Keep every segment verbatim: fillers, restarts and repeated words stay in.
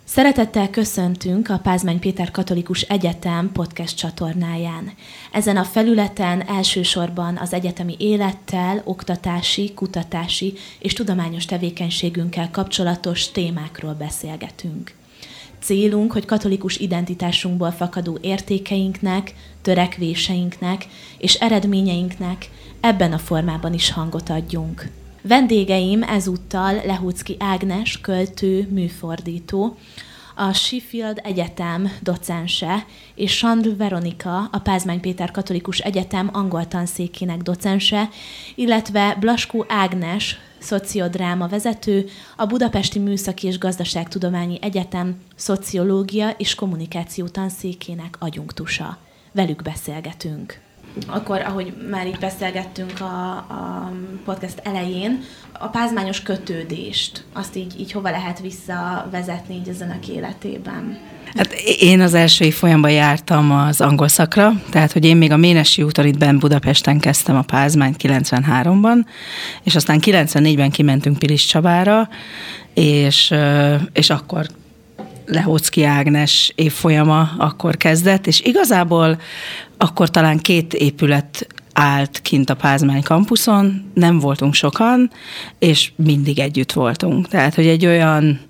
Szeretettel köszöntünk a Pázmány Péter Katolikus Egyetem podcast csatornáján. Ezen a felületen elsősorban az egyetemi élettel, oktatási, kutatási és tudományos tevékenységünkkel kapcsolatos témákról beszélgetünk. Célunk, hogy katolikus identitásunkból fakadó értékeinknek, törekvéseinknek és eredményeinknek ebben a formában is hangot adjunk. Vendégeim ezúttal Lehóczky Ágnes, költő, műfordító, a Sheffield Egyetem docense, és Sandl Veronika, a Pázmány Péter Katolikus Egyetem angol tanszékének docense, illetve Blaskó Ágnes, szociodráma vezető, a Budapesti Műszaki és Gazdaságtudományi Egyetem szociológia és kommunikáció tanszékének adjunktusa. Velük beszélgetünk. Akkor, ahogy már itt beszélgettünk a, a podcast elején, a pázmányos kötődést, azt így, így hova lehet visszavezetni így az önök életében? Hát én az első évfolyamban jártam az angol szakra, tehát hogy én még a Ménessy úton itt benn Budapesten kezdtem a pázmányt kilencvenháromban, és aztán kilencvennégyben kimentünk Piliscsabára, és, és akkor Lehóczky Ágnes évfolyama akkor kezdett, és igazából akkor talán két épület állt kint a Pázmány kampuszon, nem voltunk sokan, és mindig együtt voltunk. Tehát, hogy egy olyan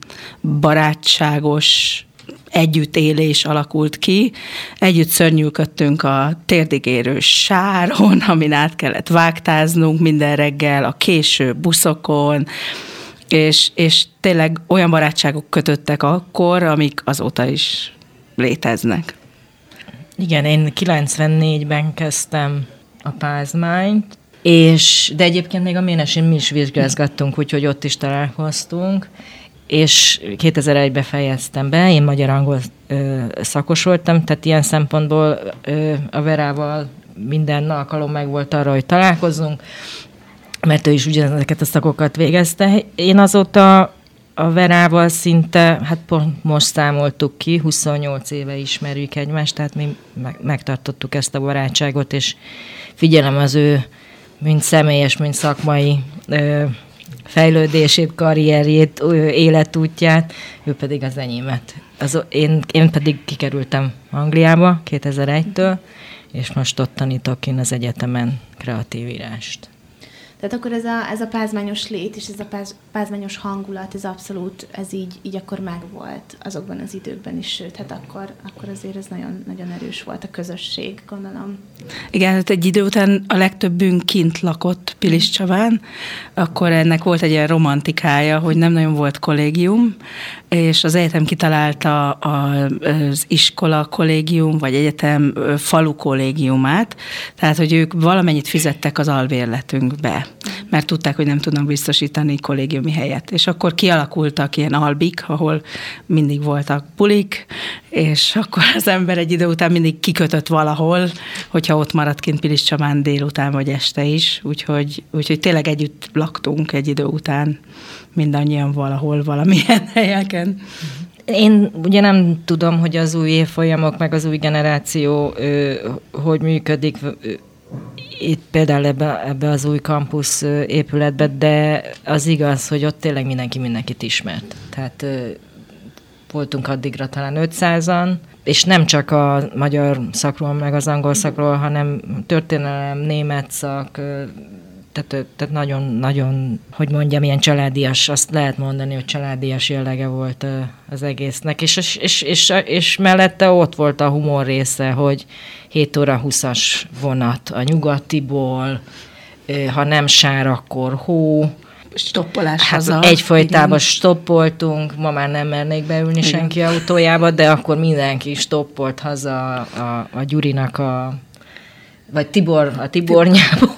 barátságos együttélés alakult ki, együtt szörnyűködtünk a térdig érő sáron, amin át kellett vágtáznunk minden reggel, a késő buszokon, És, és tényleg olyan barátságok kötöttek akkor, amik azóta is léteznek. Igen, én kilencvennégyben kezdtem a pázmányt, és, de egyébként még a Ménessin mi is vizsgázgattunk, úgyhogy ott is találkoztunk, és kétezer-egyben fejeztem be, én magyar-angol szakos voltam, tehát ilyen szempontból ö, a Verával minden alkalom meg volt arra, hogy találkozzunk, mert ő is ugyanezeket a szakokat végezte. Én azóta a Verával szinte, hát pont most számoltuk ki, huszonnyolc éve ismerjük egymást, tehát mi megtartottuk ezt a barátságot, és figyelem az ő mind személyes, mind szakmai ö, fejlődését, karrierjét, ö, életútját, ő pedig az enyémet. Az, én, én pedig kikerültem Angliába kétezer-egytől, és most ott tanítok én az egyetemen kreatív írást. Tehát akkor ez a, ez a pázmányos lét és ez a páz, pázmányos hangulat, ez abszolút, ez így, így akkor megvolt azokban az időkben is, sőt, hát akkor, akkor azért ez nagyon, nagyon erős volt a közösség, gondolom. Igen, hát egy idő után a legtöbbünk kint lakott Piliscsabán, akkor ennek volt egy ilyen romantikája, hogy nem nagyon volt kollégium, és az egyetem kitalálta az iskola kollégium, vagy egyetem falu kollégiumát, tehát, hogy ők valamennyit fizettek az albérletünkbe, mert tudták, hogy nem tudnak biztosítani kollégiumi helyet. És akkor kialakultak ilyen albik, ahol mindig voltak bulik, és akkor az ember egy idő után mindig kikötött valahol, hogyha ott maradt kint Piliscsabán délután vagy este is, úgyhogy, úgyhogy tényleg együtt laktunk egy idő után, mindannyian valahol, valamilyen helyeken. Én ugye nem tudom, hogy az új évfolyamok, meg az új generáció ö, hogy működik ö, itt például ebbe, ebbe az új kampusz épületbe, de az igaz, hogy ott tényleg mindenki mindenkit ismert. Tehát ö, voltunk addigra talán ötszázan, és nem csak a magyar szakról, meg az angol szakról, hanem történelem, német szak, ö, Tehát, tehát nagyon, nagyon, hogy mondjam, ilyen családias, azt lehet mondani, hogy családias jellege volt az egésznek, és, és, és, és, és mellette ott volt a humor része, hogy hét óra húszas vonat a nyugatiból, ha nem sár, akkor hó. Stoppolás hát haza. Egyfolytában igen. stoppoltunk, ma már nem mernék beülni igen. senki autójába, de akkor mindenki stoppolt haza a, a Gyurinak a, vagy Tibor, a Tibornyából.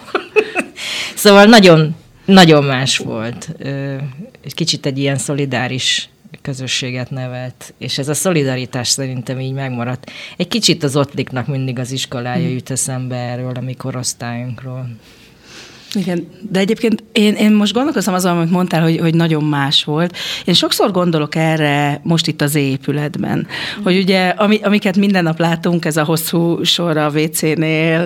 Szóval nagyon, nagyon más volt. Egy kicsit egy ilyen szolidáris közösséget nevelt, és ez a szolidaritás szerintem így megmaradt. Egy kicsit az Ottliknak mindig az iskolája jut eszembe erről, a mi korosztályunkról. Igen, de egyébként én, én most gondolkozom azon, amit mondtál, hogy, hogy nagyon más volt. Én sokszor gondolok erre most itt az épületben, mm. hogy ugye ami, amiket minden nap látunk, ez a hosszú sor a vé cénél,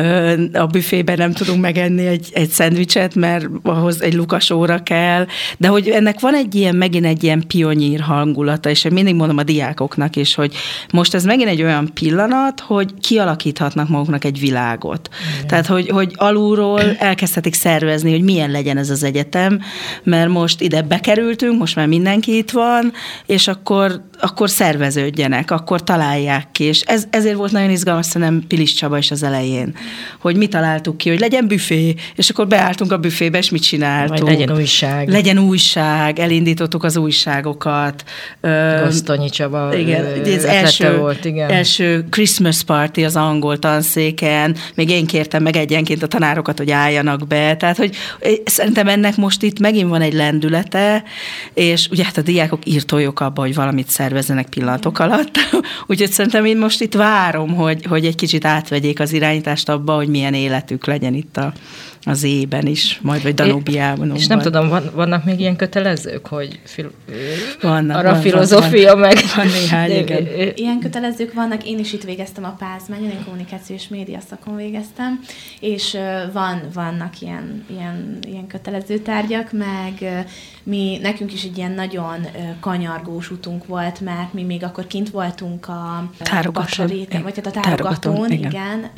a büfében nem tudunk megenni egy, egy szendvicset, mert ahhoz egy lukas óra kell, de hogy ennek van egy ilyen, megint egy ilyen pionýr hangulata, és én mindig mondom a diákoknak is, hogy most ez megint egy olyan pillanat, hogy kialakíthatnak maguknak egy világot. Mm. Tehát, hogy, hogy alulról elkezd kezdhetik szervezni, hogy milyen legyen ez az egyetem, mert most ide bekerültünk, most már mindenki itt van, és akkor, akkor szerveződjenek, akkor találják ki. És ez, ezért volt nagyon izgalmas szerintem Pilis Csaba is az elején, hogy mi találtuk ki, hogy legyen büfé, és akkor beálltunk a büfébe, és mit csináltunk. Majd legyen újság. Legyen újság, elindítottuk az újságokat. Gosztonyi Csaba igen, az első, volt, igen. első Christmas party az angol tanszéken, még én kértem meg egyenként a tanárokat, hogy álljanak be, tehát hogy szerintem ennek most itt megint van egy lendülete, és ugye hát a diákok írtólyok abba, hogy valamit szervezzenek pillanatok alatt, úgyhogy szerintem én most itt várom, hogy, hogy egy kicsit átvegyék az irányítást abba, hogy milyen életük legyen itt a, az ében is, majd vagy Danubiában. És nem tudom, van, vannak még ilyen kötelezők, hogy fil, vannak, arra van, filozófia van, meg. Van néhány, igen. Ilyen kötelezők vannak, én is itt végeztem a Pázmányon, én kommunikáció és média szakon végeztem, és van, vannak ilyen, ilyen, ilyen kötelező tárgyak, meg mi, nekünk is egy ilyen nagyon kanyargós utunk volt, mert mi még akkor kint voltunk a tárogatón, vagy hát a tárogatón, igen. igen,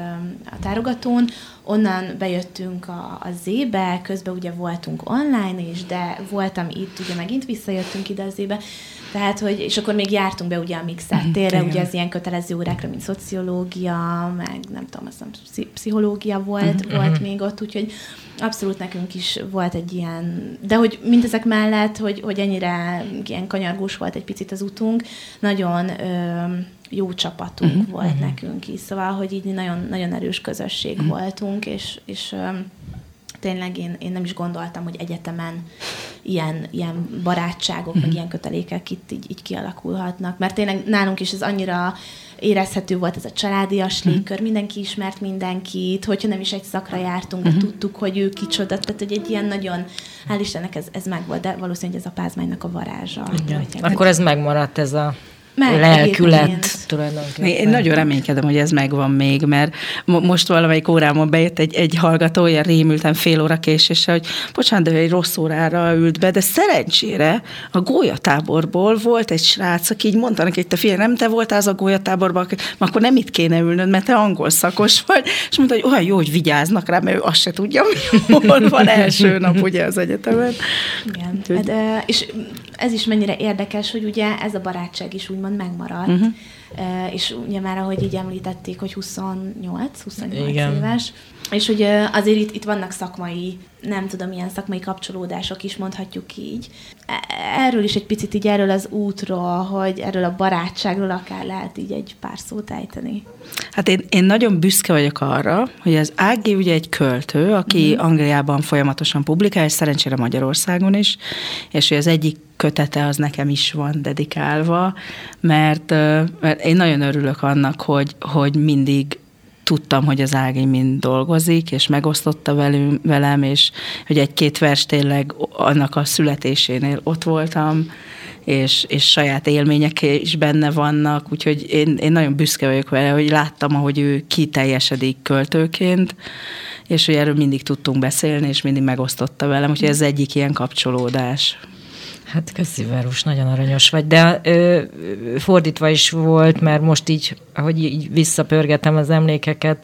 a tárogatón, onnan bejöttünk a, a zébe, közben ugye voltunk online is, de voltam itt, ugye megint visszajöttünk ide a zébe, tehát, hogy, és akkor még jártunk be ugye a Mixert térre, ugye az ilyen kötelező órákra, mint szociológia, meg nem tudom, azt hiszem, pszichológia volt, uh-huh. volt még ott, úgyhogy abszolút nekünk is volt egy ilyen, de hogy mindezek mellett, hogy, hogy ennyire ilyen kanyargós volt egy picit az utunk, nagyon ö, jó csapatunk uh-huh. volt uh-huh. nekünk is, szóval, hogy így nagyon, nagyon erős közösség uh-huh. voltunk, és, és ö, tényleg én, én nem is gondoltam, hogy egyetemen ilyen, ilyen barátságok, uh-huh. meg ilyen kötelékek itt így, így kialakulhatnak, mert tényleg nálunk is ez annyira érezhető volt ez a családias légkör, mindenki ismert mindenkit, hogyha nem is egy szakra jártunk, de uh-huh. tudtuk, hogy ő kicsoda, tehát hogy egy ilyen nagyon, hál' Istennek ez, ez megvolt, de valószínűleg ez a Pázmánynak a varázsa. Akkor ez megmaradt, ez a Meg, lelkület tulajdonképpen. Én nagyon reménykedem, hogy ez megvan még, mert most valamelyik órámon bejött egy, egy hallgató, olyan rémültem fél óra késéssel, hogy bocsánat, de egy rossz órára ült be, de szerencsére a gólyatáborból volt egy srác, aki így mondta neki, hogy te figyelj, nem te voltál az a gólyatáborban, akkor nem itt kéne ülnöd, mert te angol szakos vagy, és mondta, hogy olyan jó, hogy vigyáznak rá, mert ő azt se tudja, hol van első nap ugye az egyetemen. Igen, Úgy, hát, és ez is mennyire érdekes, hogy ugye ez a barátság is úgymond megmaradt, uh-huh. uh, és ugye már ahogy így említették, hogy huszonnyolc, huszonnyolc Igen. éves, és hogy uh, azért itt, itt vannak szakmai, nem tudom, ilyen szakmai kapcsolódások is, mondhatjuk így. Erről is egy picit így erről az útról, hogy erről a barátságról akár lehet így egy pár szót ejteni. Hát én, én nagyon büszke vagyok arra, hogy az Ági ugye egy költő, aki uh-huh. Angliában folyamatosan publikál, és szerencsére Magyarországon is, és hogy az egyik kötete az nekem is van dedikálva, mert, mert én nagyon örülök annak, hogy, hogy mindig tudtam, hogy az Ági mind dolgozik, és megosztotta velünk, velem, és hogy egy-két vers tényleg annak a születésénél ott voltam, és, és saját élmények is benne vannak, úgyhogy én, én nagyon büszke vagyok vele, hogy láttam, ahogy ő kiteljesedik költőként, és hogy erről mindig tudtunk beszélni, és mindig megosztotta velem, úgyhogy ez egyik ilyen kapcsolódás. Hát köszi, Verus, nagyon aranyos vagy, de ö, fordítva is volt, mert most így, ahogy így visszapörgetem az emlékeket,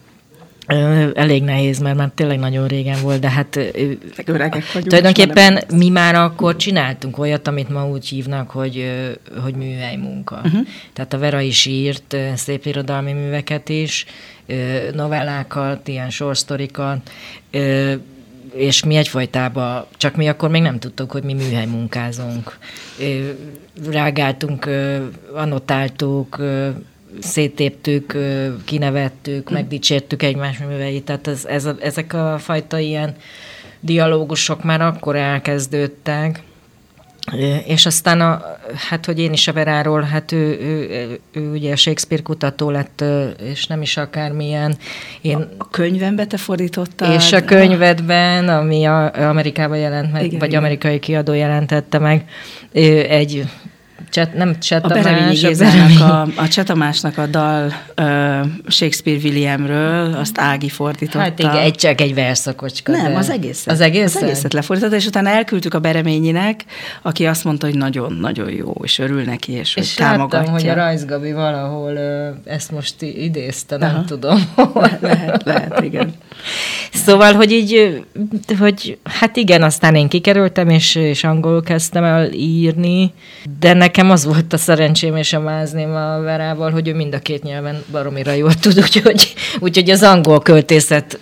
ö, elég nehéz, mert már tényleg nagyon régen volt, de hát ö, tulajdonképpen mi már akkor csináltunk olyat, amit ma úgy hívnak, hogy, ö, hogy műhelymunka. Uh-huh. Tehát a Vera is írt ö, szép irodalmi műveket is, ö, novellákat, ilyen sorsztorikat, ö, és mi egyfajtában, csak mi akkor még nem tudtuk, hogy mi műhelymunkázunk. Rágáltunk, annotáltuk, széttéptük, kinevettük, megdicsértük egymás műveit. Tehát ez, ez a, ezek a fajta ilyen dialógusok már akkor elkezdődtek, És aztán, a, hát, hogy én is a Veráról, hát ő, ő, ő, ő ugye Shakespeare kutató lett, és nem is akármilyen. Én, a könyvembe te fordítottad? És a könyvedben, ami a, Amerikában jelent meg, igen, vagy igen. amerikai kiadó jelentette meg, egy... Cset, nem Cseh a Tamás, Bereményi Gézának, a, a Cseh Tamásnak a dal uh, Shakespeare Williamről, azt Ági fordította. Hát igen, egy, csak egy verszakocska. Nem, de... az egészet. Az egészet? Az egészet lefordította, és utána elküldtük a Bereményinek, aki azt mondta, hogy nagyon-nagyon jó, és örül neki, és, és hogy támogatja. És láttam, hogy a Rajz Gabi valahol uh, ezt most idézte, nem Aha. tudom. Le, lehet, lehet, igen. Szóval, hogy így, hogy hát igen, aztán én kikerültem, és, és angolul kezdtem el írni, de nekem az volt a szerencsém és a mázném a Verával, hogy ő mind a két nyelven baromira jól tud, úgyhogy, úgyhogy az angol költészet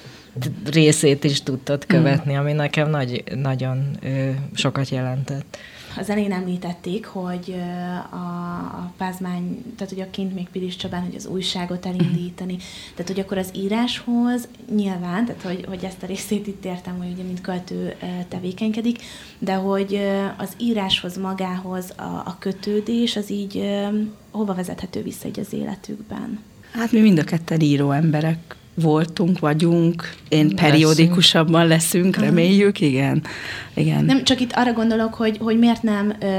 részét is tudtad követni, ami nekem nagy, nagyon ö, sokat jelentett. Az elején említették, hogy a, a Pázmány, tehát hogy a Kint még Pilis Csabán, hogy az újságot elindítani, tehát hogy akkor az íráshoz nyilván, tehát hogy, hogy ezt a részét itt értem, hogy ugye mint költő tevékenykedik, de hogy az íráshoz magához a, a kötődés, az így hova vezethető vissza így az életükben? Hát mi mind a ketten író emberek voltunk, vagyunk, én periódikusabban leszünk, reméljük, igen. igen. Nem, csak itt arra gondolok, hogy, hogy miért nem ö,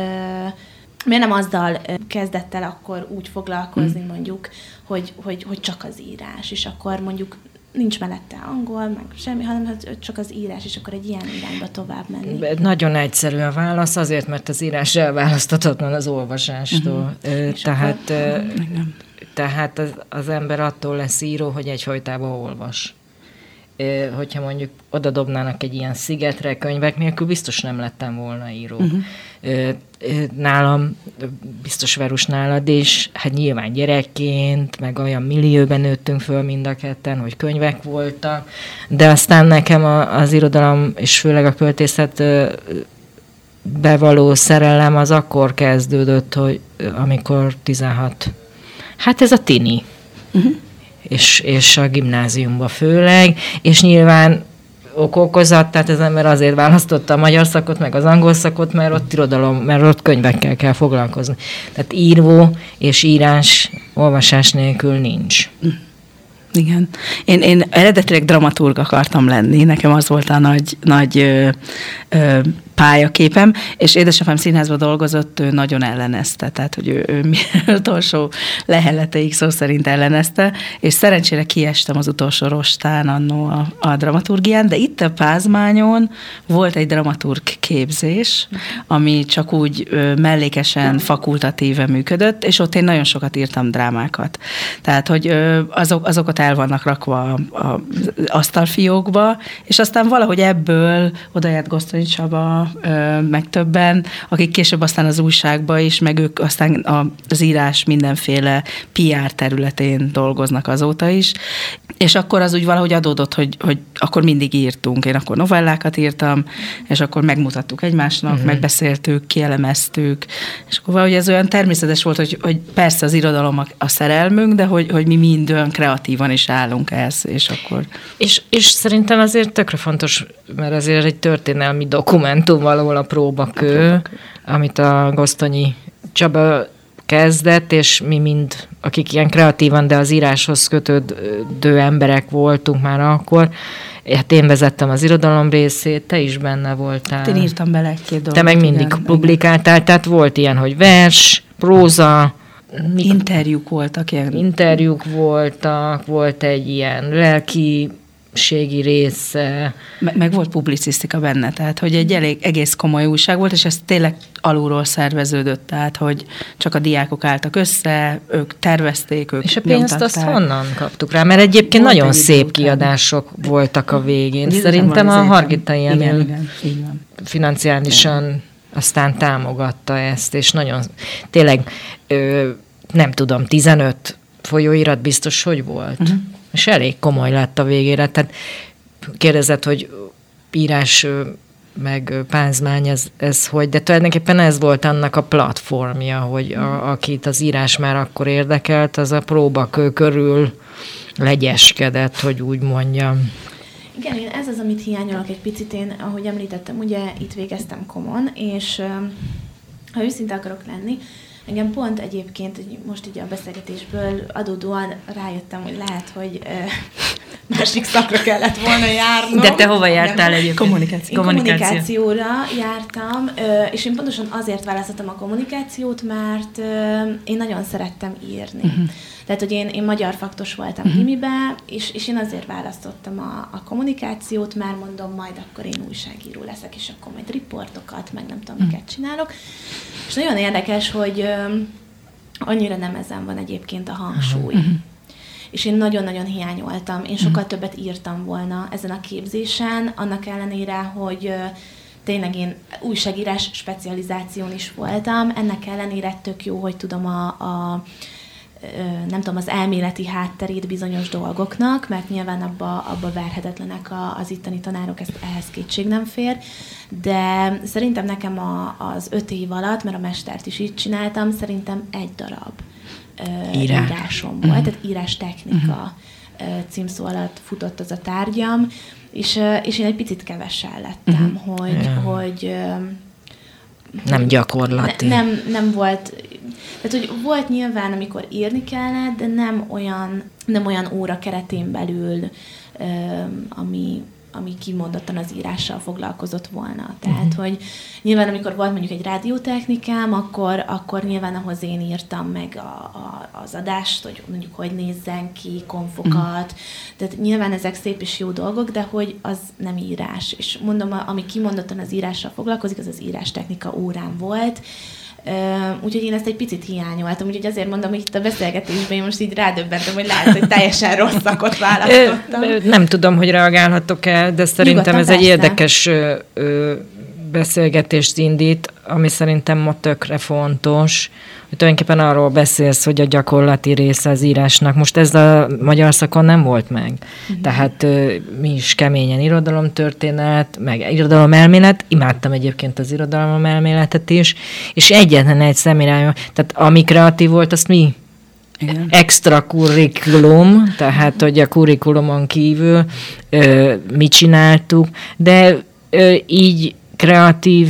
miért nem azzal kezdett el akkor úgy foglalkozni, mm. mondjuk, hogy, hogy, hogy csak az írás, és akkor mondjuk nincs mellette angol, meg semmi, hanem csak az írás, és akkor egy ilyen irányba tovább menni. Nagyon egyszerű a válasz, azért, mert az írás elválaszthatatlan az olvasástól. Uh-huh. Tehát... Akkor, Tehát az, az ember attól lesz író, hogy egyfolytában olvas. E, hogyha mondjuk oda dobnának egy ilyen szigetre könyvek nélkül, biztos nem lettem volna író. Uh-huh. E, e, nálam, biztos Verus nálad is, hát nyilván gyerekként, meg olyan millióben nőttünk föl mind a ketten, hogy könyvek voltak, de aztán nekem a, az irodalom, és főleg a költészet bevaló szerelem az akkor kezdődött, hogy amikor tizenhat. Hát ez a tini, uh-huh. és, és a gimnáziumban főleg, és nyilván ok-okozat, tehát az ember azért választotta a magyar szakot, meg az angol szakot, mert ott irodalom, mert ott könyvekkel kell foglalkozni. Tehát író és írás, olvasás nélkül nincs. Uh-huh. Igen. Én, én eredetileg dramaturg akartam lenni, nekem az volt a nagy, nagy ö, ö, pályaképem, és édesapám színházban dolgozott, ő nagyon ellenezte, tehát hogy ő, ő utolsó leheleteig szó szerint ellenezte, és szerencsére kiestem az utolsó rostán annó a, a dramaturgián, de itt a Pázmányon volt egy dramaturg képzés, ami csak úgy ö, mellékesen, fakultatíve működött, és ott én nagyon sokat írtam drámákat. Tehát, hogy ö, azok, azokat el vannak rakva az asztalfiókba, és aztán valahogy ebből oda járt Gosztonyi Csaba, meg többen, akik később aztán az újságba is, meg ők aztán az írás mindenféle pé er területén dolgoznak azóta is, és akkor az úgy valahogy adódott, hogy, hogy akkor mindig írtunk. Én akkor novellákat írtam, és akkor megmutattuk egymásnak, uh-huh. megbeszéltük, kielemeztük, és akkor valahogy ez olyan természetes volt, hogy, hogy persze az irodalom a, a szerelmünk, de hogy, hogy mi mind olyan kreatívan is állunk ehhez, és akkor... És, és szerintem azért tökre fontos, mert azért egy történelmi dokumentum valahol a próbakő, a próbakő, amit a Gosztonyi Csaba kezdett, és mi mind, akik ilyen kreatívan, de az íráshoz kötődő emberek voltunk már akkor. Hát én vezettem az irodalom részét, te is benne voltál. Én írtam bele egy-két dolgot. Te meg mindig igen, publikáltál, igen. Tehát volt ilyen, hogy vers, próza, interjúk voltak. Ilyen. Interjúk voltak, volt egy ilyen lelki ségi része. Meg, meg volt publicisztika benne, tehát hogy egy elég egész komoly újság volt, és ez tényleg alulról szerveződött, tehát hogy csak a diákok álltak össze, ők tervezték, ők és a pénzt nyomtatták. Azt honnan kaptuk rá? Mert egyébként volt nagyon egy szép után. Kiadások voltak a végén. Én szerintem a Hargita ilyen financiálisan igen. Aztán támogatta ezt, és nagyon tényleg ö, nem tudom, tizenöt folyóirat biztos, hogy volt. Uh-huh. És elég komoly lett a végére. Tehát kérdezett, hogy írás meg Pázmány, ez, ez hogy, de tulajdonképpen ez volt annak a platformja, hogy a, akit az írás már akkor érdekelt, az a próbakő körül legyeskedett, hogy úgy mondjam. Igen, én ez az, amit hiányolok egy picit. Én, ahogy említettem, ugye itt végeztem komon, és ha őszinte akarok lenni, engem pont egyébként most így a beszélgetésből adódóan rájöttem, hogy lehet, hogy ö, másik szakra kellett volna járnom. De te hova jártál egyébként? Kommunikáció. Én kommunikációra jártam, ö, és én pontosan azért választottam a kommunikációt, mert ö, én nagyon szerettem írni. Uh-huh. Tehát, hogy én, én magyar faktos voltam uh-huh. gimibe, és, és én azért választottam a, a kommunikációt, már mondom, majd akkor én újságíró leszek, és akkor majd riportokat, meg nem tudom, uh-huh. miket csinálok. És nagyon érdekes, hogy ö, annyira nem ezen van egyébként a hangsúly. Uh-huh. És én nagyon-nagyon hiányoltam. Én sokkal uh-huh. többet írtam volna ezen a képzésen, annak ellenére, hogy ö, tényleg én újságírás specializáción is voltam, ennek ellenére tök jó, hogy tudom a, a nem tudom, az elméleti hátterét bizonyos dolgoknak, mert nyilván abba, abba verhetetlenek a, az itteni tanárok, ezt ehhez kétség nem fér, de szerintem nekem a, az öt év alatt, mert a mestert is így csináltam, szerintem egy darab uh, Írás. írásom volt, uh-huh. tehát írástechnika uh-huh. címszó alatt futott az a tárgyam, és, és én egy picit kevesen lettem, uh-huh. hogy, uh-huh. hogy nem gyakorlati. Ne, nem, nem volt, tehát hogy volt nyilván, amikor írni kellett, de nem olyan, nem olyan óra keretén belül, ami, ami kimondottan az írással foglalkozott volna. Tehát, uh-huh. hogy nyilván, amikor volt mondjuk egy rádiótechnikám, akkor, akkor nyilván ahhoz én írtam meg a, a, az adást, hogy mondjuk hogy nézzen ki, konfokat. Uh-huh. Tehát nyilván ezek szép és jó dolgok, de hogy az nem írás. És mondom, ami kimondottan az írással foglalkozik, az az írástechnika órán volt. Uh, úgyhogy én ezt egy picit hiányoltam, úgyhogy azért mondom, hogy itt a beszélgetésben én most így rádöbbentem, hogy lehet, hogy teljesen rossz szakot választottam. Nem tudom, hogy reagálhatok-e, de szerintem Nyugodtan, ez persze. egy érdekes ö, ö, beszélgetést indít, ami szerintem ma tökre fontos, hogy tulajdonképpen arról beszélsz, hogy a gyakorlati része az írásnak. Most ez a magyar szakon nem volt meg. Uh-huh. Tehát ö, mi is keményen irodalomtörténet, meg irodalomelmélet, imádtam egyébként az irodalomelméletet is, és egyetlen egy szemirányom, tehát ami kreatív volt, azt mi? Igen. Extra curriculum, tehát hogy a curriculumon kívül ö, mi csináltuk, de ö, így kreatív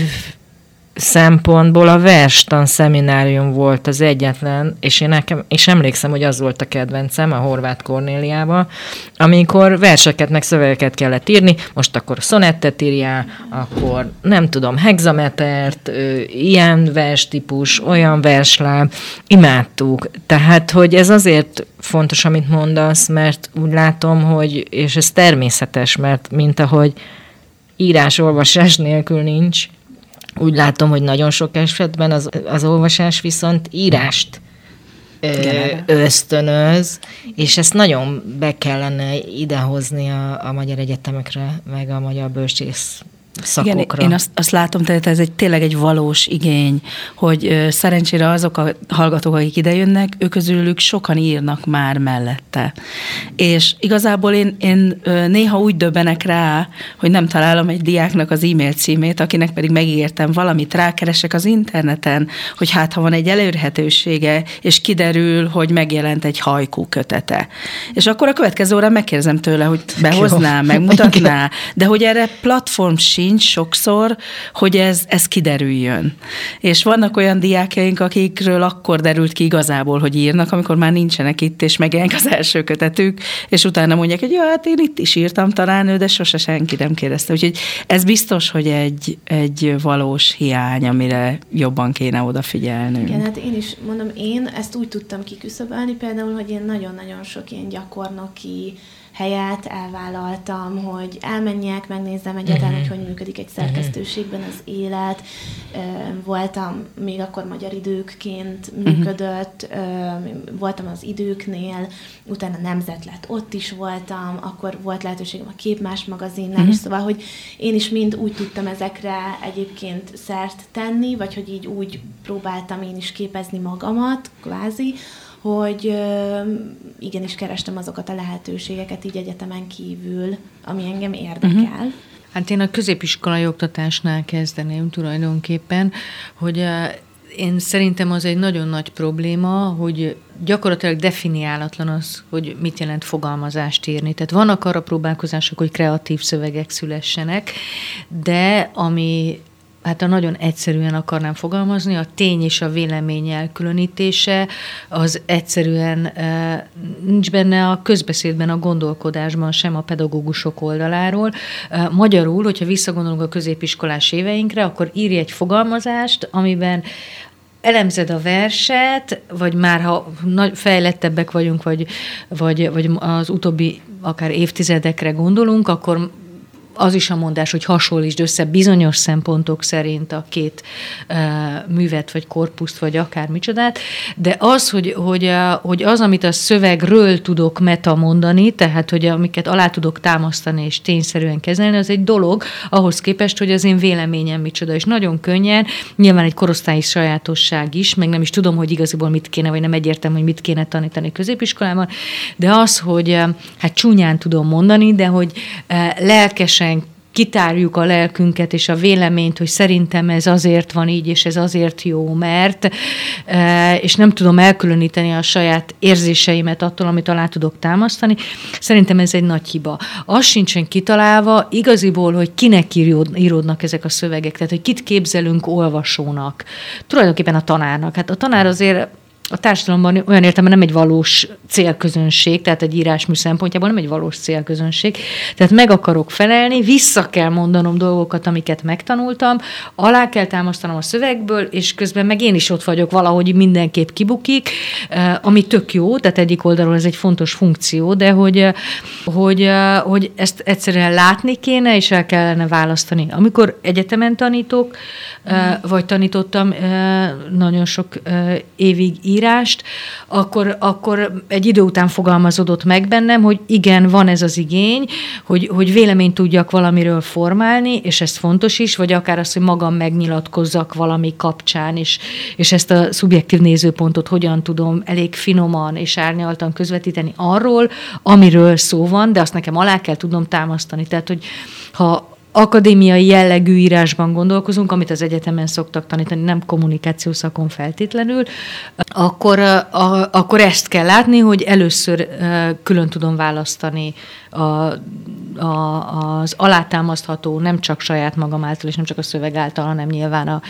szempontból a verstan szeminárium volt az egyetlen, és én nekem, és emlékszem, hogy az volt a kedvencem a Horváth Kornéliával, amikor verseket meg szövegeket kellett írni, most akkor szonettet írjál, akkor nem tudom, hexametert, ö, ilyen verstípus, olyan versláb, imádtuk. Tehát, hogy ez azért fontos, amit mondasz, mert úgy látom, hogy, és ez természetes, mert mint ahogy írás-olvasás nélkül nincs, úgy látom, hogy nagyon sok esetben az, az olvasás viszont írást ö, ösztönöz, és ezt nagyon be kellene idehozni a, a magyar egyetemekre, meg a magyar bölcsész szakokra. Igen, én azt, azt látom, tehát ez egy, tényleg egy valós igény, hogy ö, szerencsére azok a hallgatók, akik idejönnek, ők közülük sokan írnak már mellette. És igazából én, én ö, néha úgy döbbenek rá, hogy nem találom egy diáknak az e-mail címét, akinek pedig megígértem valamit, rákeresek az interneten, hogy hát ha van egy elérhetősége, és kiderül, hogy megjelent egy hajkú kötete. És akkor a következő órán megkérdezem tőle, hogy behozná, megmutatná, de hogy erre platform sincs sokszor, hogy ez, ez kiderüljön. És vannak olyan diákjaink, akikről akkor derült ki igazából, hogy írnak, amikor már nincsenek itt, és megjelenik az első kötetük, és utána mondják, hogy ja, hát én itt is írtam talán, de sose senki nem kérdezte. Úgyhogy ez biztos, hogy egy, egy valós hiány, amire jobban kéne odafigyelnünk. Igen, hát én is mondom, én ezt úgy tudtam kiküszöbölni például, hogy én nagyon-nagyon sok ilyen gyakornoki helyet elvállaltam, hogy elmenjek, megnézzem egyáltalán, uh-huh. hogy hogy működik egy szerkesztőségben az élet. Voltam, még akkor Magyar Időkként működött, uh-huh. voltam az Időknél, utána Nemzet lett, ott is voltam, akkor volt lehetőségem a Képmás magazinnál, uh-huh. és szóval, hogy én is mind úgy tudtam ezekre egyébként szert tenni, vagy hogy így úgy próbáltam én is képezni magamat, kvázi, hogy igenis kerestem azokat a lehetőségeket így egyetemen kívül, ami engem érdekel. Uh-huh. Hát én a középiskolai oktatásnál kezdeném tulajdonképpen, hogy én szerintem az egy nagyon nagy probléma, hogy gyakorlatilag definiálatlan az, hogy mit jelent fogalmazást írni. Tehát vannak arra próbálkozások, hogy kreatív szövegek szülessenek, de ami hát a nagyon egyszerűen akarnám fogalmazni, a tény és a vélemény elkülönítése az egyszerűen nincs benne a közbeszédben, a gondolkodásban sem a pedagógusok oldaláról. Magyarul, hogyha visszagondolunk a középiskolás éveinkre, akkor írj egy fogalmazást, amiben elemzed a verset, vagy már ha nagy, fejlettebbek vagyunk, vagy, vagy, vagy az utóbbi akár évtizedekre gondolunk, akkor az is a mondás, hogy hasonlítsd össze bizonyos szempontok szerint a két uh, művet, vagy korpuszt, vagy akár micsodát, de az, hogy, hogy, uh, hogy az, amit a szövegről tudok meta mondani, tehát, hogy amiket alá tudok támasztani és tényszerűen kezelni, az egy dolog, ahhoz képest, hogy az én véleményem micsoda, és nagyon könnyen, nyilván egy korosztályi sajátosság is, meg nem is tudom, hogy igaziból mit kéne, vagy nem egyértelmű, hogy mit kéne tanítani középiskolában, de az, hogy uh, hát csúnyán tudom mondani, de hogy uh, lelkesen kitárjuk a lelkünket és a véleményt, hogy szerintem ez azért van így, és ez azért jó, mert, és nem tudom elkülöníteni a saját érzéseimet attól, amit alá tudok támasztani. Szerintem ez egy nagy hiba. Az sincsen kitalálva igaziból, hogy kinek íródnak ezek a szövegek, tehát hogy kit képzelünk olvasónak. Tulajdonképpen a tanárnak. Hát a tanár azért a társadalomban olyan értelemben nem egy valós célközönség, tehát egy írásmű szempontjából nem egy valós célközönség. Tehát meg akarok felelni, vissza kell mondanom dolgokat, amiket megtanultam, alá kell támasztanom a szövegből, és közben meg én is ott vagyok, valahogy mindenképp kibukik, ami tök jó, tehát egyik oldalról ez egy fontos funkció, de hogy, hogy, hogy ezt egyszerűen látni kéne, és el kellene választani. Amikor egyetemen tanítok, vagy tanítottam nagyon sok évig írást, akkor, akkor egy idő után fogalmazódott meg bennem, hogy igen, van ez az igény, hogy, hogy véleményt tudjak valamiről formálni, és ez fontos is, vagy akár az, hogy magam megnyilatkozzak valami kapcsán, és, és ezt a szubjektív nézőpontot hogyan tudom elég finoman és árnyaltan közvetíteni arról, amiről szó van, de azt nekem alá kell tudnom támasztani. Tehát, hogy ha akadémiai jellegű írásban gondolkozunk, amit az egyetemen szoktak tanítani, nem kommunikáció szakon feltétlenül, akkor, a, akkor ezt kell látni, hogy először külön tudom választani a, a, az alátámasztható, nem csak saját magam által, és nem csak a szöveg által, hanem nyilván a,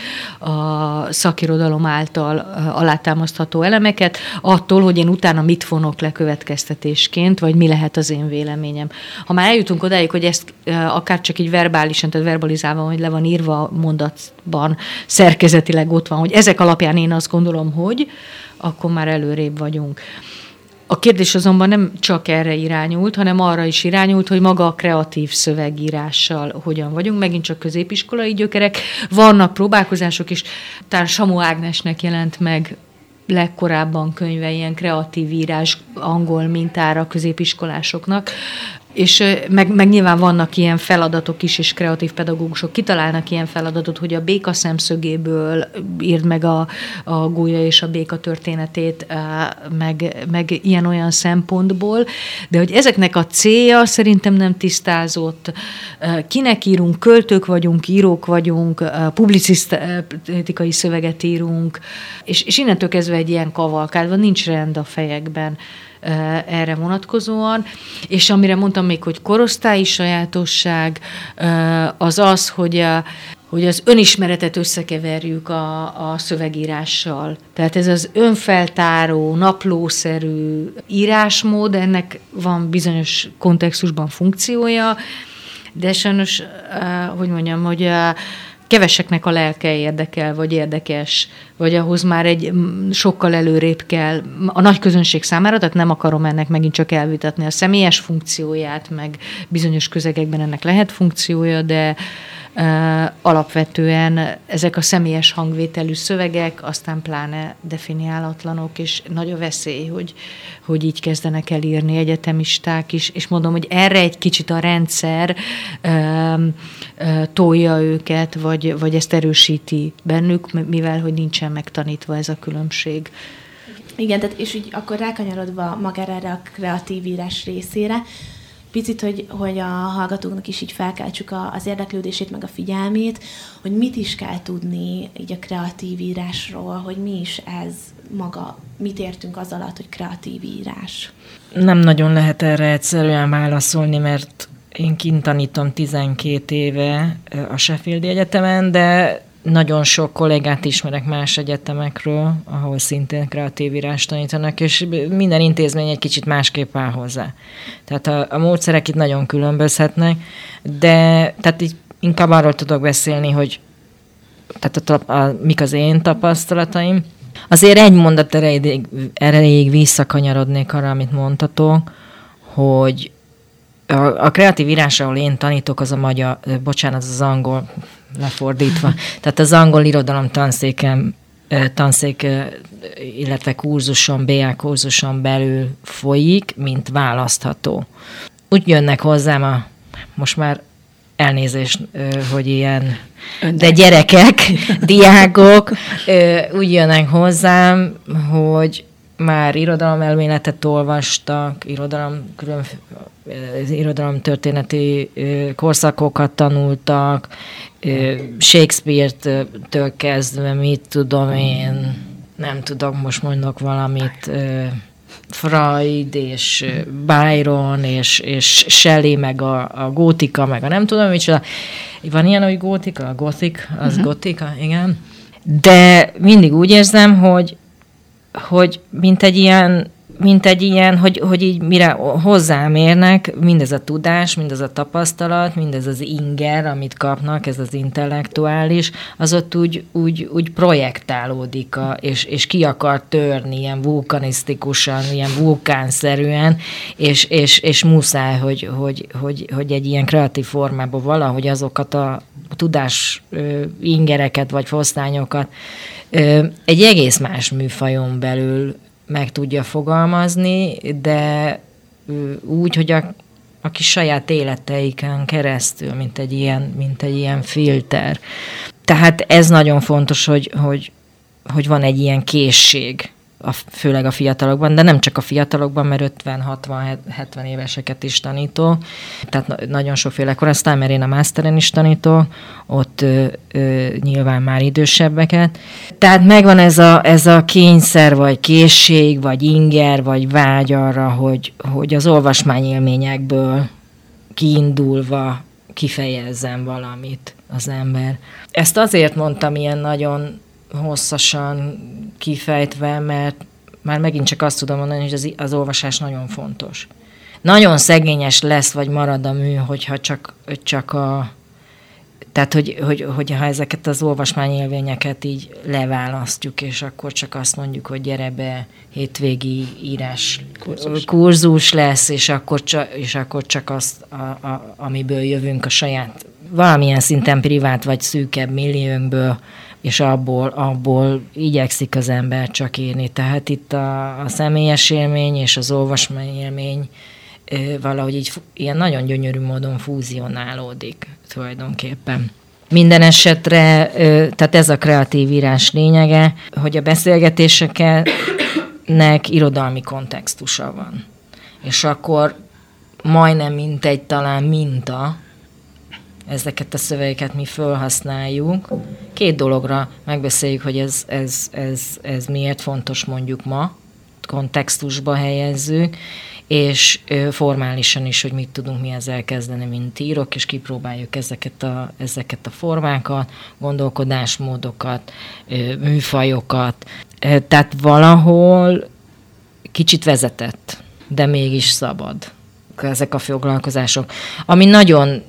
a szakirodalom által alátámasztható elemeket, attól, hogy én utána mit vonok le következtetésként, vagy mi lehet az én véleményem. Ha már eljutunk odáig, hogy ezt akár csak így verbálisan, tehát verbalizálva, hogy le van írva mondatban, szerkezetileg ott van, hogy ezek alapján én azt gondolom, hogy akkor már előrébb vagyunk. A kérdés azonban nem csak erre irányult, hanem arra is irányult, hogy maga a kreatív szövegírással hogyan vagyunk, megint csak középiskolai gyökerek. Vannak próbálkozások is, talán Samu Ágnesnek jelent meg legkorábban könyve, ilyen kreatív írás angol mintára középiskolásoknak, és meg, meg nyilván vannak ilyen feladatok is, és kreatív pedagógusok kitalálnak ilyen feladatot, hogy a béka szemszögéből írd meg a, a gólya és a béka történetét, meg, meg ilyen-olyan szempontból, de hogy ezeknek a célja szerintem nem tisztázott. Kinek írunk, költők vagyunk, írók vagyunk, publicisztikai szöveget írunk, és, és innentől kezdve egy ilyen kavalkád van, nincs rend a fejekben erre vonatkozóan, és amire mondtam még, hogy korosztályi sajátosság, az az, hogy, a, hogy az önismeretet összekeverjük a, a szövegírással. Tehát ez az önfeltáró, naplószerű írásmód, ennek van bizonyos kontextusban funkciója, de sajnos, hogy mondjam, hogy keveseknek a lelke érdekel, vagy érdekes, vagy ahhoz már egy sokkal előrébb kell a nagy közönség számára, tehát nem akarom ennek megint csak elvitatni a személyes funkcióját, meg bizonyos közegekben ennek lehet funkciója, de uh, alapvetően ezek a személyes hangvételű szövegek, aztán pláne definiálatlanok, és nagy a veszély, hogy, hogy így kezdenek el írni egyetemisták is, és mondom, hogy erre egy kicsit a rendszer uh, uh, tolja őket, vagy, vagy ezt erősíti bennük, mivel hogy nincsen megtanítva ez a különbség. Igen, tehát és így akkor rákanyarodva magára erre a kreatív írás részére, picit, hogy, hogy a hallgatóknak is így felkeltsük a, az érdeklődését, meg a figyelmét, hogy mit is kell tudni így a kreatív írásról, hogy mi is ez maga, mit értünk az alatt, hogy kreatív írás. Nem nagyon lehet erre egyszerűen válaszolni, mert én kint tanítom tizenkét éve a Sheffieldi Egyetemen, de nagyon sok kollégát ismerek más egyetemekről, ahol szintén kreatív írást tanítanak, és minden intézmény egy kicsit másképp áll hozzá. Tehát a, a módszerek itt nagyon különbözhetnek, de tehát így inkább arról tudok beszélni, hogy tehát a, a, mik az én tapasztalataim. Azért egy mondat erejéig, erejéig visszakanyarodnék arra, amit mondtatok, hogy a, a kreatív írás, ahol én tanítok, az a magyar, bocsánat, az, az angol, lefordítva. Tehát az angol irodalom tanszéken, tanszék, illetve kurzuson, bé á kurzuson belül folyik, mint választható. Úgy jönnek hozzám a, most már elnézést, hogy ilyen, de gyerekek, diákok úgy jönnek hozzám, hogy már irodalomelméletet olvastak, irodalom, külön, irodalomtörténeti korszakokat tanultak, Shakespeare-től kezdve, mit tudom én, nem tudom, most mondok valamit, Freud és Byron és, és Shelley, meg a, a gótika, meg a nem tudom, micsoda. Van ilyen, hogy gótika? A gothic, az uh-huh. gotika, igen. De mindig úgy érzem, hogy, hogy mint egy ilyen, mint egy ilyen, hogy, hogy így mire hozzám érnek, mindez a tudás, mindez a tapasztalat, mindez az inger, amit kapnak, ez az intellektuális, az ott úgy, úgy, úgy projektálódik, a, és, és ki akar törni ilyen vulkanisztikusan, ilyen vulkánszerűen, és, és, és muszáj, hogy, hogy, hogy, hogy egy ilyen kreatív formában valahogy azokat a tudás ingereket vagy fosztányokat egy egész más műfajon belül meg tudja fogalmazni, de úgy, hogy a, a kis saját életeiken keresztül, mint egy ilyen, mint egy ilyen filter. Tehát ez nagyon fontos, hogy, hogy, hogy van egy ilyen készség, a, főleg a fiatalokban, de nem csak a fiatalokban, mert ötven, hatvan, hetven éveseket is tanítok, tehát nagyon sokféle korosztály, mert én a masteren is tanítok, ott ö, ö, nyilván már idősebbeket. Tehát megvan ez a, ez a kényszer, vagy készség, vagy inger, vagy vágy arra, hogy, hogy az olvasmányélményekből kiindulva kifejezzen valamit az ember. Ezt azért mondtam ilyen nagyon hosszasan kifejtve, mert már megint csak azt tudom mondani, hogy az, az olvasás nagyon fontos. Nagyon szegényes lesz, vagy marad a mű, hogyha csak, csak a... Tehát, hogy, hogy, hogyha ezeket az olvasmányélményeket így leválasztjuk, és akkor csak azt mondjuk, hogy gyere be, hétvégi írás kurzus, kurzus lesz, és akkor, csak, és akkor csak azt, a, a, amiből jövünk a saját, valamilyen szinten privát vagy szűkebb milliónkből, és abból, abból igyekszik az ember csak írni. Tehát itt a, a személyes élmény és az olvasmányélmény valahogy így ilyen nagyon gyönyörű módon fúzionálódik tulajdonképpen. Minden esetre, tehát ez a kreatív írás lényege, hogy a beszélgetéseknek irodalmi kontextusa van. És akkor majdnem mint egy talán minta, ezeket a szövegeket mi felhasználjuk. Két dologra megbeszéljük, hogy ez, ez, ez, ez miért fontos mondjuk ma, kontextusba helyezzük, és formálisan is, hogy mit tudunk mi ezzel kezdeni, mint írok, és kipróbáljuk ezeket a, ezeket a formákat, gondolkodásmódokat, műfajokat. Tehát valahol kicsit vezetett, de mégis szabad ezek a foglalkozások. Ami nagyon,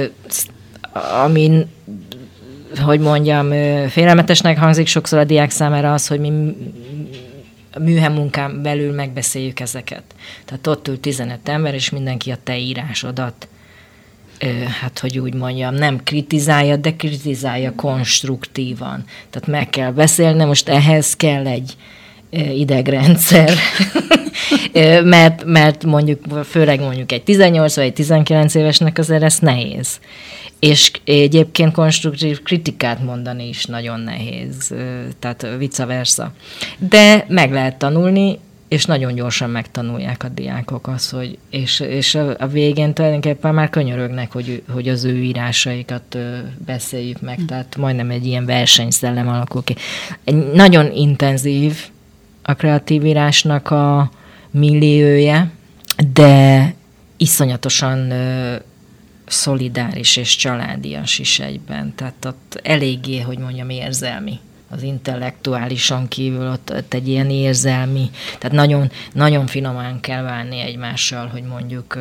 ami, hogy mondjam, félelmetesnek hangzik sokszor a diák számára az, hogy mi a műhelymunkán belül megbeszéljük ezeket. Tehát ott ül tizenöt ember, és mindenki a te írásodat, hát hogy úgy mondjam, nem kritizálja, de kritizálja konstruktívan. Tehát meg kell beszélni, most ehhez kell egy idegrendszer, mert, mert mondjuk, főleg mondjuk egy tizennyolc vagy egy tizenkilenc évesnek azért ez nehéz. És egyébként konstruktív kritikát mondani is nagyon nehéz, tehát vice versa. De meg lehet tanulni, és nagyon gyorsan megtanulják a diákok azt, hogy, és, és a végén tulajdonképpen már könyörögnek, hogy, hogy az ő írásaikat beszéljük meg, tehát majdnem egy ilyen versenyszellem alakul ki. Egy nagyon intenzív a kreatív írásnak a milliója, de iszonyatosan szolidáris és családias is egyben. Tehát ott eléggé, hogy mondjam, érzelmi. Az intellektuálisan kívül ott, ott egy ilyen érzelmi, tehát nagyon, nagyon finoman kell válni egymással, hogy mondjuk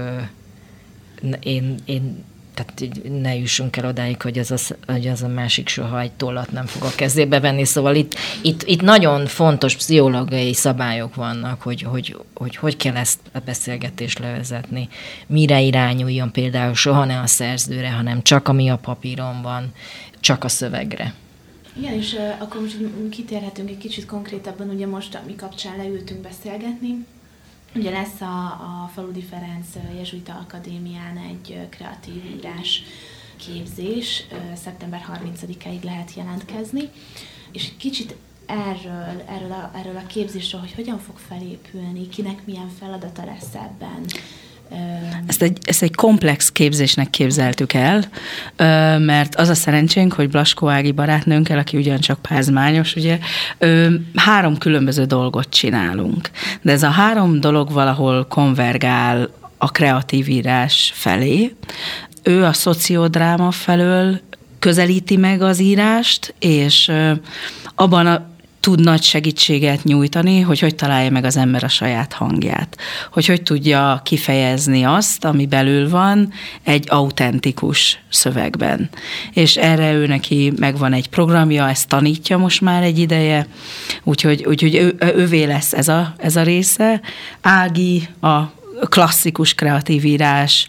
én, én tehát ne jussunk el odáig, hogy az a, hogy az a másik soha egy tollat nem fog a kezébe venni. Szóval itt, itt, itt nagyon fontos pszichológiai szabályok vannak, hogy hogy, hogy hogy kell ezt a beszélgetést levezetni. Mire irányuljon például soha ne a szerzőre, hanem csak ami a papíron van, csak a szövegre. Igen, és uh, akkor most kitérhetünk egy kicsit konkrétabban, ugye most mi kapcsán leültünk beszélgetni. Ugye lesz a, a Faludi Ferenc Jezsuita Akadémián egy kreatív írás képzés, szeptember harmincadikáig lehet jelentkezni, és kicsit erről, erről, a, erről a képzésről, hogy hogyan fog felépülni, kinek milyen feladata lesz ebben. Ezt egy, ezt egy komplex képzésnek képzeltük el, mert az a szerencsénk, hogy Blaskó Ági barátnőnkkel, aki ugyancsak pázmányos, ugye, három különböző dolgot csinálunk. De ez a három dolog valahol konvergál a kreatív írás felé. Ő a szociodráma felől közelíti meg az írást, és abban a tud nagy segítséget nyújtani, hogy hogy találja meg az ember a saját hangját. Hogy hogy tudja kifejezni azt, ami belül van egy autentikus szövegben. És erre ő neki megvan egy programja, ezt tanítja most már egy ideje, úgyhogy, úgyhogy ő, ővé lesz ez a, ez a része. Ági a klasszikus kreatív írás,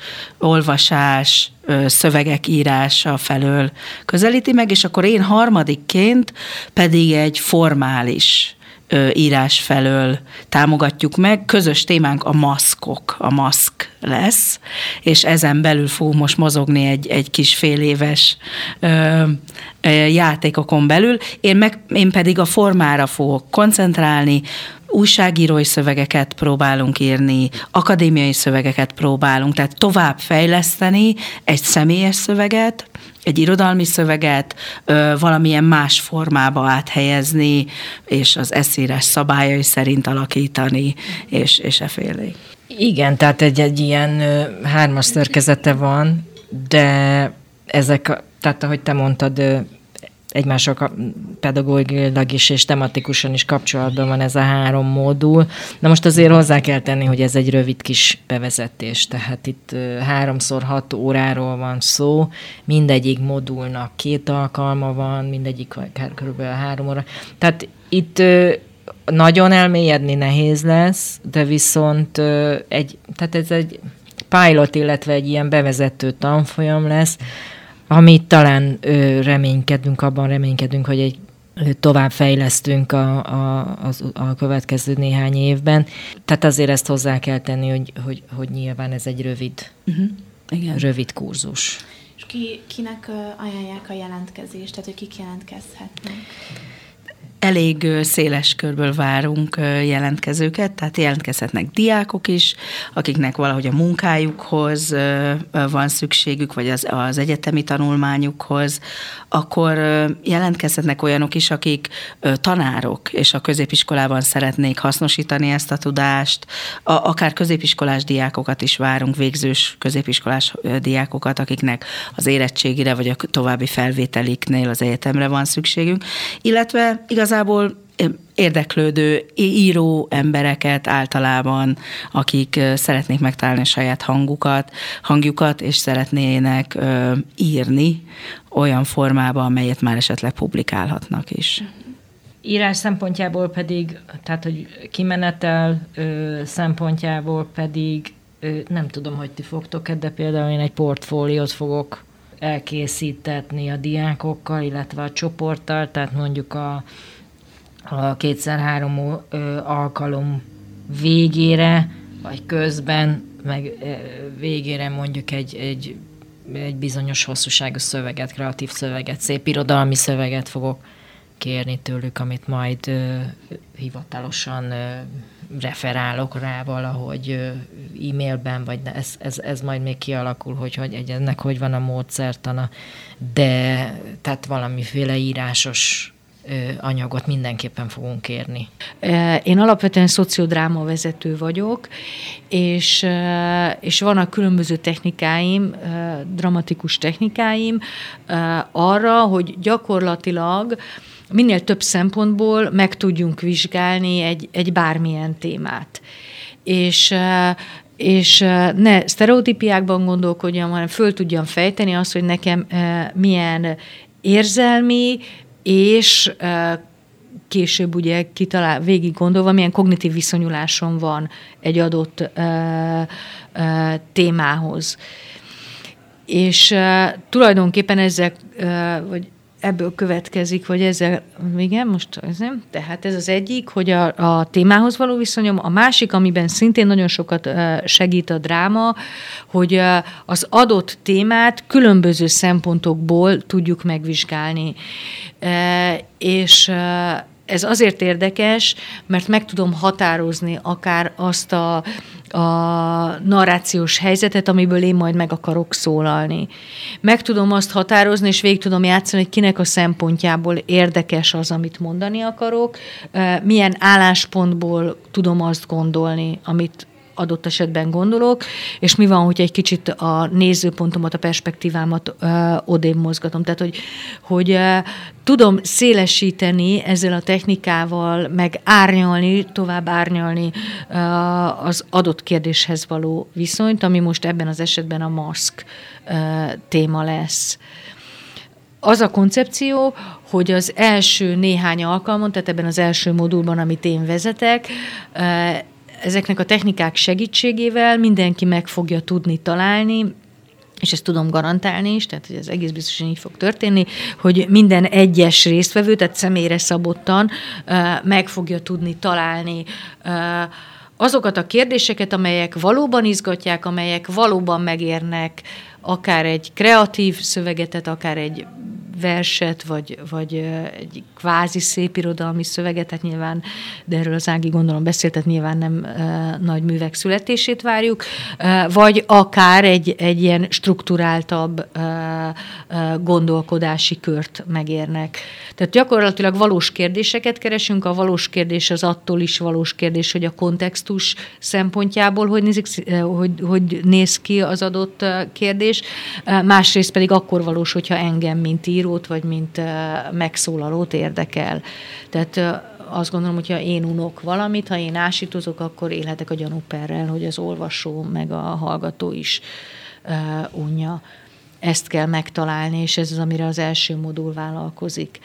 olvasás, szövegek írása felől közelíti meg, és akkor én harmadikként pedig egy formális írás felől támogatjuk meg. Közös témánk a maszkok, a maszk lesz, és ezen belül fog most mozogni egy, egy kis fél éves ö, ö, játékokon belül. Én, meg, én pedig a formára fogok koncentrálni, újságírói szövegeket próbálunk írni, akadémiai szövegeket próbálunk, tehát tovább fejleszteni egy személyes szöveget, egy irodalmi szöveget, ö, valamilyen más formába áthelyezni, és az eszírás szabályai szerint alakítani, és, és efélé. Igen, tehát egy, egy ilyen ö, hármas szerkezete van, de ezek, tehát ahogy te mondtad, ö, egymással pedagógiailag is és tematikusan is kapcsolatban van ez a három modul. Na most azért hozzá kell tenni, hogy ez egy rövid kis bevezetés, tehát itt háromszor hat óráról van szó, mindegyik modulnak két alkalma van, mindegyik kb. három óra. Tehát itt nagyon elmélyedni nehéz lesz, de viszont egy, tehát ez egy pilot, illetve egy ilyen bevezető tanfolyam lesz, amit talán ö, reménykedünk, abban reménykedünk, hogy egy ö, tovább fejlesztünk a, a, az, a következő néhány évben. Tehát azért ezt hozzá kell tenni, hogy, hogy, hogy nyilván ez egy rövid, uh-huh. Igen. rövid kurzus. És ki, kinek ajánlják a jelentkezést, tehát hogy kik jelentkezhetnek? Elég széles körből várunk jelentkezőket, tehát jelentkezhetnek diákok is, akiknek valahogy a munkájukhoz van szükségük, vagy az, az egyetemi tanulmányukhoz, akkor jelentkezhetnek olyanok is, akik tanárok, és a középiskolában szeretnék hasznosítani ezt a tudást, a, akár középiskolás diákokat is várunk, végzős középiskolás diákokat, akiknek az érettségire, vagy a további felvételiknél az egyetemre van szükségünk, illetve igaz igazából érdeklődő író embereket általában, akik szeretnék megtalálni a saját hangukat, hangjukat, és szeretnének ö, írni olyan formában, amelyet már esetleg publikálhatnak is. Írás szempontjából pedig, tehát hogy kimenetel ö, szempontjából pedig ö, nem tudom, hogy ti fogtok-e, de például én egy portfóliót fogok elkészítetni a diákokkal, illetve a csoporttal, tehát mondjuk a a kétszer-három alkalom végére, vagy közben, meg végére mondjuk egy, egy, egy bizonyos hosszúságú szöveget, kreatív szöveget, szép irodalmi szöveget fogok kérni tőlük, amit majd ö, hivatalosan ö, referálok rá valahogy ö, e-mailben, vagy ez, ez, ez majd még kialakul, hogy, hogy ennek hogy van a módszertana, de tehát valamiféle írásos anyagot mindenképpen fogunk kérni. Én alapvetően szociodráma vezető vagyok, és, és vannak különböző technikáim, dramatikus technikáim arra, hogy gyakorlatilag minél több szempontból meg tudjunk vizsgálni egy, egy bármilyen témát. És és ne sztereotípiákban gondolkodjam, hanem föl tudjam fejteni azt, hogy nekem milyen érzelmi és később ugye kitalál, végig gondolva, milyen kognitív viszonyulásom van egy adott témához. És tulajdonképpen ezzel, vagy ebből következik, vagy ezzel, igen, most ez nem, tehát ez az egyik, hogy a, a témához való viszonyom, a másik, amiben szintén nagyon sokat segít a dráma, hogy az adott témát különböző szempontokból tudjuk megvizsgálni. És ez azért érdekes, mert meg tudom határozni akár azt a, a narrációs helyzetet, amiből én majd meg akarok szólalni. Meg tudom azt határozni, és végig tudom játszani, hogy kinek a szempontjából érdekes az, amit mondani akarok, milyen álláspontból tudom azt gondolni, amit adott esetben gondolok, és mi van, hogy egy kicsit a nézőpontomat, a perspektívámat ö, odébb mozgatom. Tehát, hogy, hogy ö, tudom szélesíteni ezzel a technikával, meg árnyalni, tovább árnyalni ö, az adott kérdéshez való viszonyt, ami most ebben az esetben a maszk ö, téma lesz. Az a koncepció, hogy az első néhány alkalmon, tehát ebben az első modulban, amit én vezetek, ö, ezeknek a technikák segítségével mindenki meg fogja tudni találni, és ezt tudom garantálni is, tehát hogy ez egész biztosan így fog történni, hogy minden egyes résztvevő, tehát személyre szabottan meg fogja tudni találni azokat a kérdéseket, amelyek valóban izgatják, amelyek valóban megérnek akár egy kreatív szövegetet, akár egy verset, vagy, vagy egy kvázi szépirodalmi szöveget, tehát nyilván, de erről az Ági gondolom beszélt, tehát nyilván nem e, nagy művek születését várjuk, e, vagy akár egy, egy ilyen strukturáltabb e, e, gondolkodási kört megérnek. Tehát gyakorlatilag valós kérdéseket keresünk, a valós kérdés az attól is valós kérdés, hogy a kontextus szempontjából hogy, nézik, hogy, hogy néz ki az adott kérdés, másrészt pedig akkor valós, hogyha engem, mint írót, vagy mint megszólalót érdekel. Tehát azt gondolom, hogyha én unok valamit, ha én ásítozok, akkor élhetek a gyanúperrel, hogy az olvasó meg a hallgató is unja. Ezt kell megtalálni, és ez az, amire az első modul vállalkozik.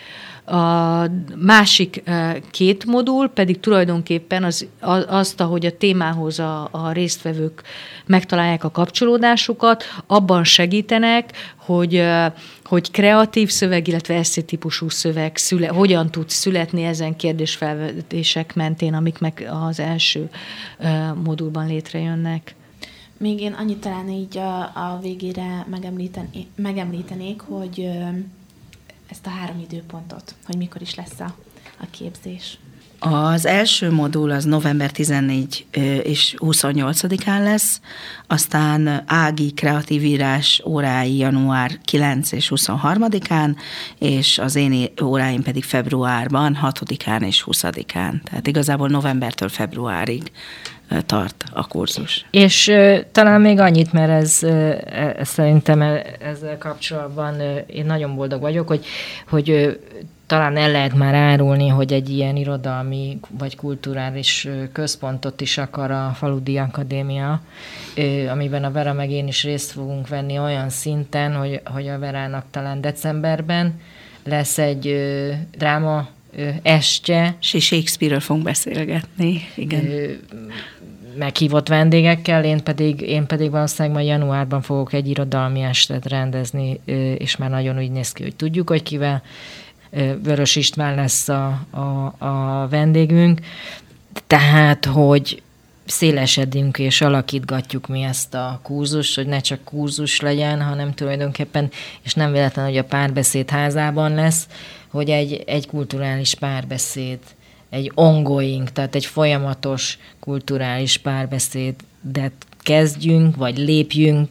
A másik két modul pedig tulajdonképpen az, azt, ahogy a témához a, a résztvevők megtalálják a kapcsolódásukat, abban segítenek, hogy, hogy kreatív szöveg, illetve esszétípusú szöveg szüle, hogyan tud születni ezen kérdésfelvetések mentén, amik meg az első modulban létrejönnek. Még én annyit talán így a, a végére megemlíteni, megemlítenék, hogy ö, ezt a három időpontot, hogy mikor is lesz a, a képzés. Az első modul az november tizennégyedikén és huszonnyolcadikán lesz, aztán Ági kreatív írás órái január kilencedikén és huszonharmadikán, és az én óráim pedig februárban, hatodikán és huszadikán. Tehát igazából novembertől februárig tart a kurzus. És uh, talán még annyit, mert ez, uh, szerintem ezzel kapcsolatban uh, én nagyon boldog vagyok, hogy, hogy uh, talán el lehet már árulni, hogy egy ilyen irodalmi vagy kulturális központot is akar a Faludi Akadémia, amiben a Vera meg én is részt fogunk venni olyan szinten, hogy, hogy a Verának talán decemberben lesz egy dráma estje. És Shakespeare-ről fogunk beszélgetni, igen. Meghívott vendégekkel, én pedig, én pedig valószínűleg majd januárban fogok egy irodalmi estet rendezni, és már nagyon úgy néz ki, hogy tudjuk, hogy kivel. Vörös István lesz a, a, a vendégünk, tehát, hogy szélesedünk és alakítgatjuk mi ezt a kurzust, hogy ne csak kurzus legyen, hanem tulajdonképpen, és nem véletlen, hogy a Párbeszéd házában lesz, hogy egy, egy kulturális párbeszéd, egy ongoing, tehát egy folyamatos kulturális párbeszédet kezdjünk, vagy lépjünk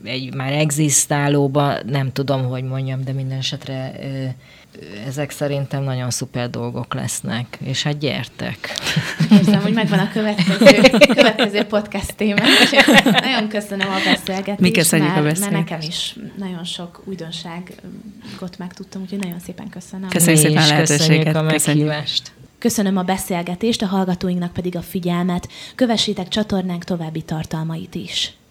egy már egzisztálóba, nem tudom, hogy mondjam, de minden esetre ezek szerintem nagyon szuper dolgok lesznek, és hát gyertek. Érzem, hogy megvan a következő, következő podcast témánk. Nagyon köszönöm a beszélgetést. Mi köszönjük mert, a beszélgetést. mert nekem is nagyon sok újdonságot megtudtam, úgyhogy nagyon szépen köszönöm. Köszönjük szépen a lehetőséget. Köszönjük a meghívást. Köszönöm a beszélgetést, a hallgatóinknak pedig a figyelmet. Kövessétek csatornánk további tartalmait is.